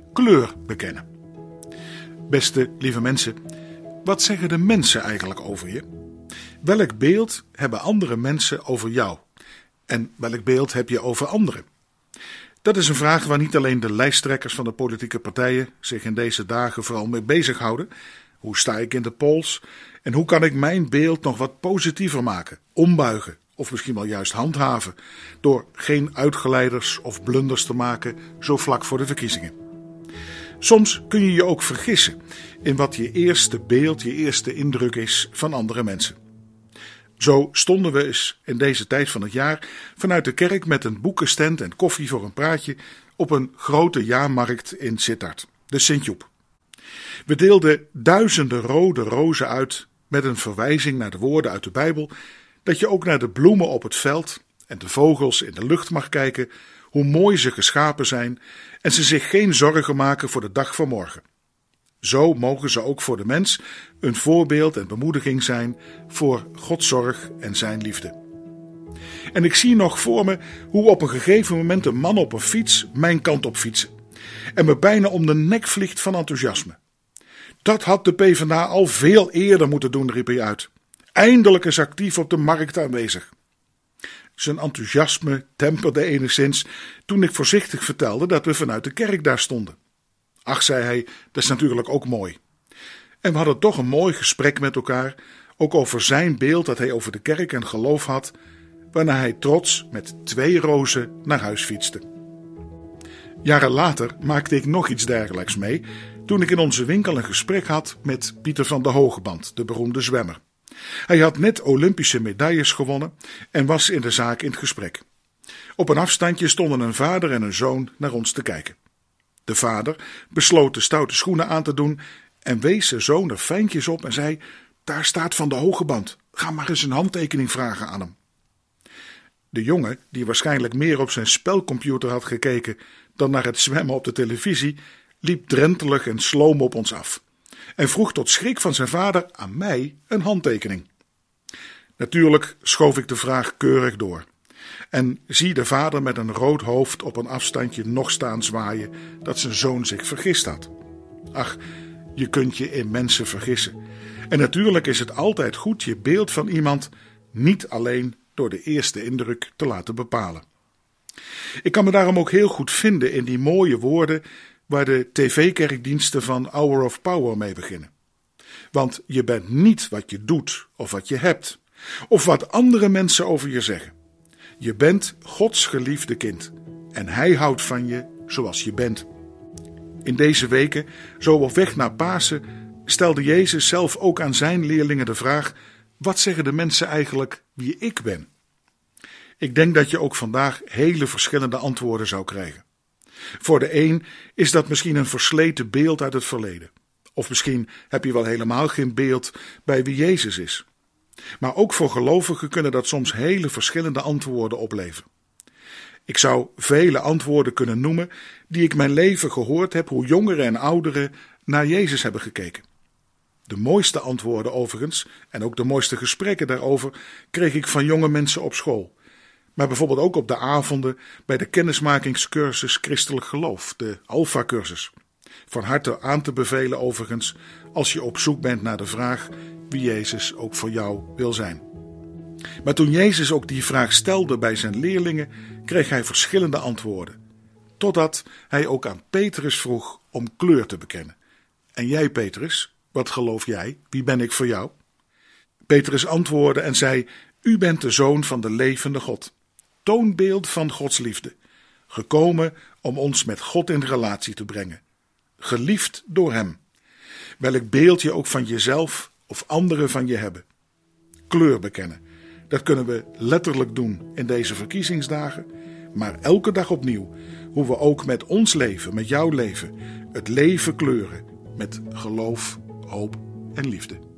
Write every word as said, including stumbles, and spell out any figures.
kleur bekennen. Beste lieve mensen, wat zeggen de mensen eigenlijk over je? Welk beeld hebben andere mensen over jou? En welk beeld heb je over anderen? Dat is een vraag waar niet alleen de lijsttrekkers van de politieke partijen zich in deze dagen vooral mee bezighouden. Hoe sta ik in de polls? En hoe kan ik mijn beeld nog wat positiever maken, ombuigen of misschien wel juist handhaven, door geen uitgeleiders of blunders te maken zo vlak voor de verkiezingen. Soms kun je je ook vergissen in wat je eerste beeld, je eerste indruk is van andere mensen. Zo stonden we eens in deze tijd van het jaar vanuit de kerk met een boekenstand en koffie voor een praatje op een grote jaarmarkt in Sittard, de Sint-Joep. We deelden duizenden rode rozen uit met een verwijzing naar de woorden uit de Bijbel, dat je ook naar de bloemen op het veld en de vogels in de lucht mag kijken, hoe mooi ze geschapen zijn en ze zich geen zorgen maken voor de dag van morgen. Zo mogen ze ook voor de mens een voorbeeld en bemoediging zijn voor Gods zorg en zijn liefde. En ik zie nog voor me hoe op een gegeven moment een man op een fiets mijn kant op fietsen en me bijna om de nek vliegt van enthousiasme. Dat had de PvdA al veel eerder moeten doen, riep hij uit. Eindelijk is actief op de markt aanwezig. Zijn enthousiasme temperde enigszins toen ik voorzichtig vertelde dat we vanuit de kerk daar stonden. Ach, zei hij, dat is natuurlijk ook mooi. En we hadden toch een mooi gesprek met elkaar, ook over zijn beeld dat hij over de kerk en geloof had, waarna hij trots met twee rozen naar huis fietste. Jaren later maakte ik nog iets dergelijks mee, toen ik in onze winkel een gesprek had met Pieter van der Hogeband, de beroemde zwemmer. Hij had net Olympische medailles gewonnen en was in de zaak in het gesprek. Op een afstandje stonden een vader en een zoon naar ons te kijken. De vader besloot de stoute schoenen aan te doen en wees zijn zoon er fijntjes op en zei: "Daar staat Van der Hogeband, ga maar eens een handtekening vragen aan hem." De jongen, die waarschijnlijk meer op zijn spelcomputer had gekeken dan naar het zwemmen op de televisie, liep drentelig en sloom op ons af en vroeg tot schrik van zijn vader aan mij een handtekening. Natuurlijk schoof ik de vraag keurig door en zie de vader met een rood hoofd op een afstandje nog staan zwaaien dat zijn zoon zich vergist had. Ach, je kunt je in mensen vergissen. En natuurlijk is het altijd goed je beeld van iemand niet alleen door de eerste indruk te laten bepalen. Ik kan me daarom ook heel goed vinden in die mooie woorden waar de tv-kerkdiensten van Hour of Power mee beginnen. Want je bent niet wat je doet of wat je hebt, of wat andere mensen over je zeggen. Je bent Gods geliefde kind en Hij houdt van je zoals je bent. In deze weken, zo op weg naar Pasen, stelde Jezus zelf ook aan zijn leerlingen de vraag: wat zeggen de mensen eigenlijk wie ik ben? Ik denk dat je ook vandaag hele verschillende antwoorden zou krijgen. Voor de een is dat misschien een versleten beeld uit het verleden. Of misschien heb je wel helemaal geen beeld bij wie Jezus is. Maar ook voor gelovigen kunnen dat soms hele verschillende antwoorden opleveren. Ik zou vele antwoorden kunnen noemen die ik mijn leven gehoord heb hoe jongeren en ouderen naar Jezus hebben gekeken. De mooiste antwoorden overigens, en ook de mooiste gesprekken daarover, kreeg ik van jonge mensen op school. Maar bijvoorbeeld ook op de avonden bij de kennismakingscursus Christelijk Geloof, de Alpha-cursus. Van harte aan te bevelen overigens als je op zoek bent naar de vraag wie Jezus ook voor jou wil zijn. Maar toen Jezus ook die vraag stelde bij zijn leerlingen, kreeg hij verschillende antwoorden. Totdat hij ook aan Petrus vroeg om kleur te bekennen. En jij, Petrus, wat geloof jij? Wie ben ik voor jou? Petrus antwoordde en zei: U bent de Zoon van de levende God. Toonbeeld van Gods liefde. Gekomen om ons met God in relatie te brengen. Geliefd door Hem. Welk beeld je ook van jezelf of anderen van je hebben. Kleur bekennen. Dat kunnen we letterlijk doen in deze verkiezingsdagen. Maar elke dag opnieuw. Hoe we ook met ons leven, met jouw leven, het leven kleuren. Met geloof, hoop en liefde.